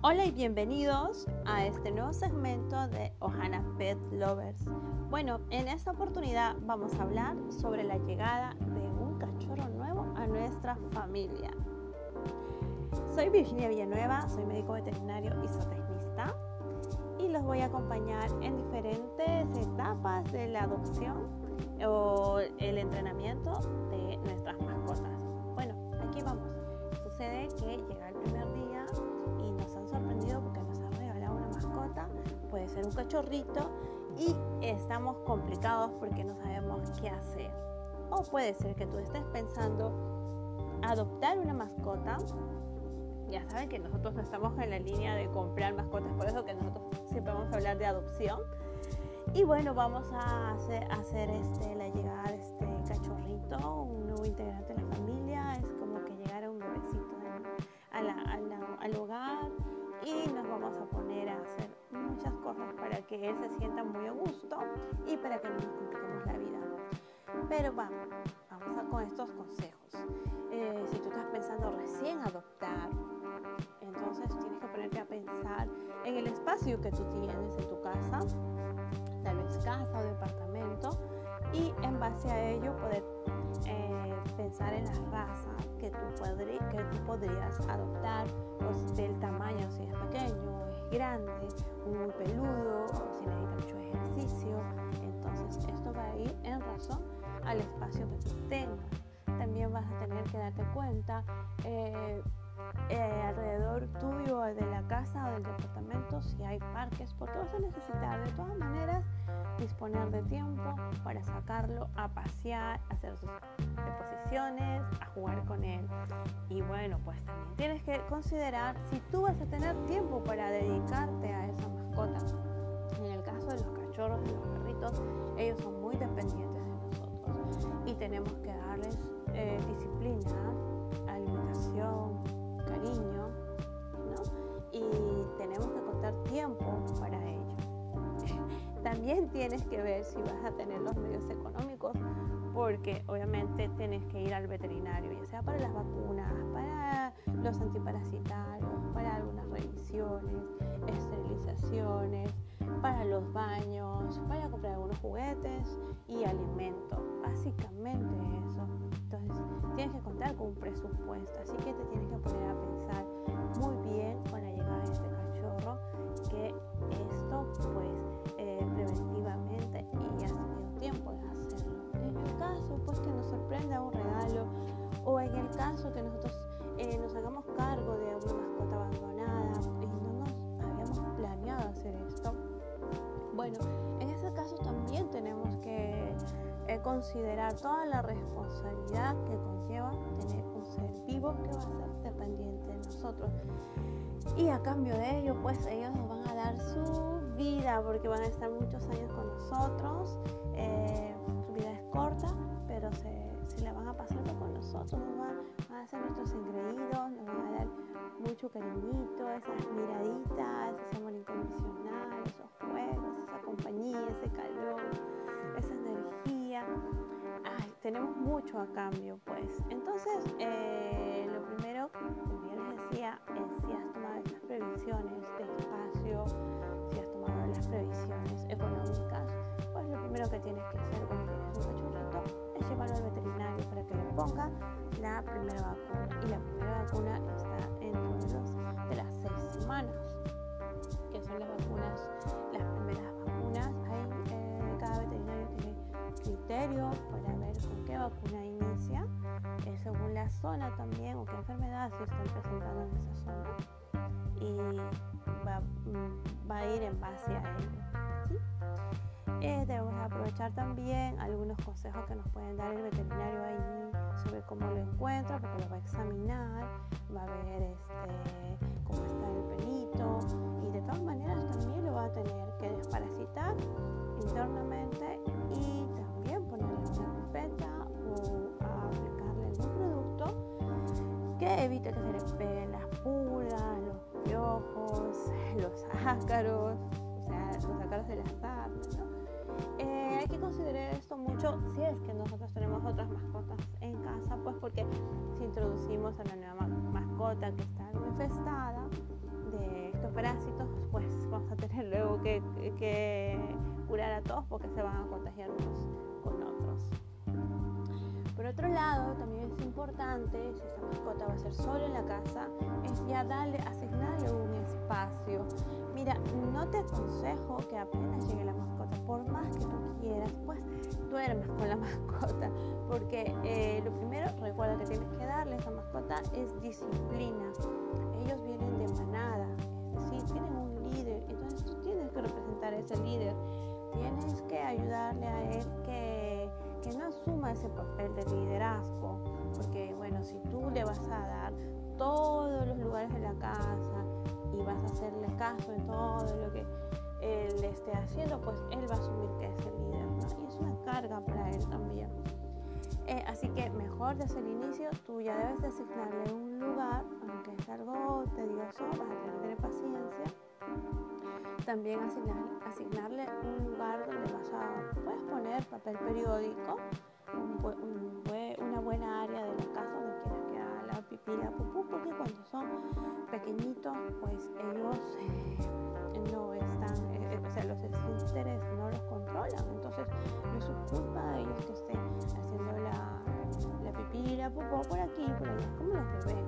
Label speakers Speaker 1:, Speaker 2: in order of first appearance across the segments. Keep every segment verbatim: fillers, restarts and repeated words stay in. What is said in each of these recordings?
Speaker 1: Hola y bienvenidos a este nuevo segmento de Ohana Pet Lovers. Bueno, en esta oportunidad vamos a hablar sobre la llegada de un cachorro nuevo a nuestra familia. Soy Virginia Villanueva, soy médico veterinario y zootecnista y los voy a acompañar en diferentes etapas de la adopción o el entrenamiento de nuestras mascotas. Bueno, aquí vamos. Sucede que llega el primer día y nos han sorprendido porque nos han regalado una mascota, puede ser un cachorrito, y estamos complicados porque no sabemos qué hacer. O puede ser que tú estés pensando adoptar una mascota. Ya saben que nosotros no estamos en la línea de comprar mascotas, por eso que nosotros siempre vamos a hablar de adopción. Y bueno, vamos a hacer, hacer este, la llegada de este cachorrito, un nuevo integrante de la familia. Es como que llegara un bebecito de, a la, a la, al hogar, y nos vamos a poner a hacer muchas cosas para que él se sienta muy a gusto y para que no nos compliquemos la vida. Pero vamos, vamos a con estos consejos. Eh, si tú estás pensando recién adoptar, entonces tienes que ponerte a pensar en el espacio que tú tienes en tu casa, tal vez casa o departamento, y en base a ello poder eh, pensar en la raza que tú, podrí, que tú podrías adoptar, o del tamaño, si es pequeño, es grande, muy peludo, o si necesita mucho ejercicio. Entonces esto va a ir en razón al espacio que tú tengas. También vas a tener que darte cuenta eh, eh, alrededor tuyo de la casa o del departamento si hay parques, porque vas a necesitar de todas maneras disponer de tiempo para sacarlo a pasear, a hacer sus deposiciones, a jugar con él. Y bueno, pues también tienes que considerar si tú vas a tener tiempo para dedicarte a esa mascota. En el caso de los cachorros y los perritos, ellos son muy dependientes de nosotros y tenemos que darles eh, disciplina, alimentación, cariño, ¿no? Y tenemos que contar tiempo para ello. También tienes que ver si vas a tener los medios económicos, porque obviamente tienes que ir al veterinario, ya sea para las vacunas, para los antiparasitarios, para algunas revisiones, esterilizaciones, para los baños, para comprar algunos juguetes y alimentos. Básicamente eso. Entonces tienes que contar con un presupuesto, así que te tienes que poner a pensar muy bien con la llegada de este cachorro, que esto pues eh, preventivamente, y has tenido tiempo de hacerlo. En el caso pues que nos sorprenda un regalo, o en el caso que nosotros eh, nos hagamos cargo de una mascota abandonada y no nos habíamos planeado hacer esto, bueno, en ese caso también tenemos que eh, considerar toda la responsabilidad que conlleva tener un ser vivo que va a ser dependiente de nosotros. Y a cambio de ello, pues ellos nos van a dar su vida, porque van a estar muchos años con nosotros. Eh, su vida es corta, pero se, se la van a pasar con nosotros. Nos van, van a ser nuestros engreídos, nos van a dar mucho cariñito, esas miraditas, ese amor incondicional, esos juegos, esa compañía, ese calor, esa energía. Ay, tenemos mucho a cambio, pues. Entonces, eh, lo primero, como ya les decía, es si has tomado estas previsiones de espacio, si has tomado las previsiones económicas, pues lo primero que tienes que hacer cuando tienes un cachorrito es llevarlo al veterinario para que le ponga la primera vacuna. Y la primera vacuna está dentro de, los, de las seis semanas, que son las vacunas, las primeras vacunas. Hay, eh, cada veterinario tiene criterios para ver con qué vacuna inicia, eh, según la zona también, o qué enfermedad se están presentando en esa zona, y va, va a ir en base a ello, ¿sí? Eh, debemos aprovechar también algunos consejos que nos pueden dar el veterinario ahí sobre cómo lo encuentra, porque lo va a examinar, va a ver este, cómo está el pelito, y de todas maneras también lo va a tener que desparasitar internamente, y también ponerle una pipeta o a aplicarle algún producto que evite que se le peguen las pulgas, los piojos, los ácaros, o sea, los ácaros de las sarnas, ¿no? Eh, hay que considerar esto mucho si es que nosotros tenemos otras mascotas en casa, pues porque si introducimos a la nueva mascota que está infestada de estos parásitos, pues vamos a tener luego que, que curar a todos porque se van a contagiar unos con otros. Por otro lado, también es importante, si esta mascota va a ser solo en la casa, es ya darle, asignarle un espacio. Mira, no te aconsejo que apenas llegue la mascota, por más que tú quieras, pues duermas con la mascota, porque eh, lo primero, recuerda que tienes que darle a esa mascota es disciplina. Ellos vienen de manada, es decir, tienen un líder, entonces tú tienes que representar a ese líder, tienes que ayudarle a él que, que no asuma ese papel de liderazgo, porque bueno, si tú le vas a dar todos los lugares de la casa y vas a hacerle caso en todo lo que él esté haciendo, pues él va a asumir que es el líder, ¿no? Y es una carga para él también. Eh, así que mejor desde el inicio tú ya debes de asignarle un lugar, aunque es algo tedioso, vas a tener que tener paciencia. También asignar, asignarle un lugar donde vas a, puedes poner papel periódico, un, un, una buena área de la casa donde quieras que haga la pipí, la pupú, porque cuando son pequeñitos, pues ellos eh, no están, eh, o sea, los esfínteres no los controlan, entonces no es su culpa de ellos que estén haciendo la, la pipí y la pupú por aquí y por allá, como los bebés,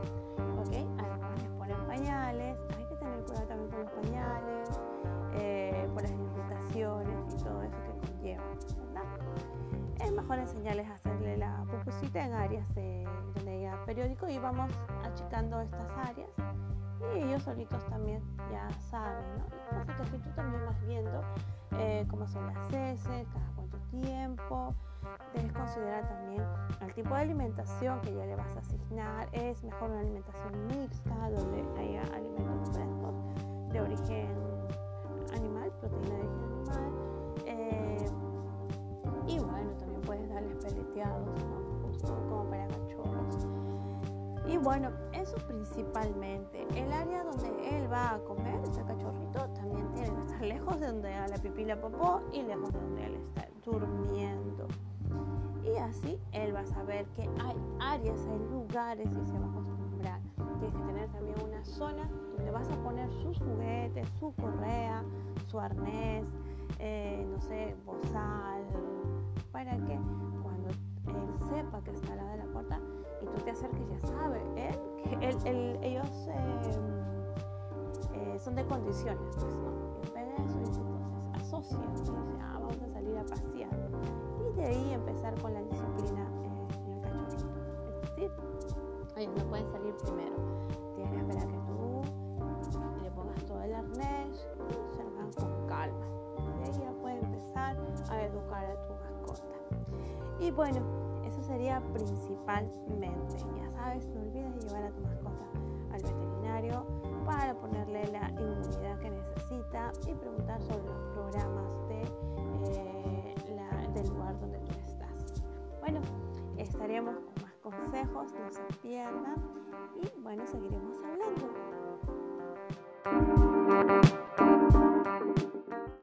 Speaker 1: ¿ok? Además les ponen pañales, hay que tener cuidado también con los pañales, eh, por las irritaciones y todo eso que conlleva, ¿verdad? Es mejor enseñarles a hacerle la pupusita en áreas de, donde haya periódico y vamos achicando estas áreas y ellos solitos también ya saben, ¿no? Lo que pasa es que si tú también vas viendo eh, cómo son las heces, cada cuánto tiempo, debes considerar también el tipo de alimentación que ya le vas a asignar. Es mejor una alimentación mixta donde haya alimentos frescos de origen animal, proteína de origen animal, eh, y bueno, también puedes darles peleteados, ¿no? Justo como para cachorros. Y bueno, eso principalmente. El área donde él va a comer, este cachorrito, también tiene que estar lejos de donde haga la pipí y la popó y lejos de donde él está durmiendo. Y así él va a saber que hay áreas, hay lugares y se va a acostumbrar. Tienes que tener también una zona donde vas a poner sus juguetes, su correa, su arnés, eh, no sé, bozal, para que cuando él sepa que está al lado de la puerta y tú te acerques, ya sabe él que él, él, ellos eh, eh, son de condiciones, pues, ¿no? Y ven eso y entonces asocian y dicen, ah, vamos a salir a pasear. Y de ahí empezar con la disciplina eh, en el cachorrito. Es decir, ellos no pueden salir primero. Tienes que esperar que tú le pongas todo el arnés y se hagan con calma. De ahí ya puedes empezar a educar a tu mascota. Y bueno, eso sería principalmente. Ya sabes, no olvides de llevar a tu mascota al veterinario para ponerle la inmunidad que necesita y preguntar sobre los programas de, eh, la, del lugar donde tú estás. Bueno, estaremos con más consejos, no se pierdan y bueno, seguiremos hablando.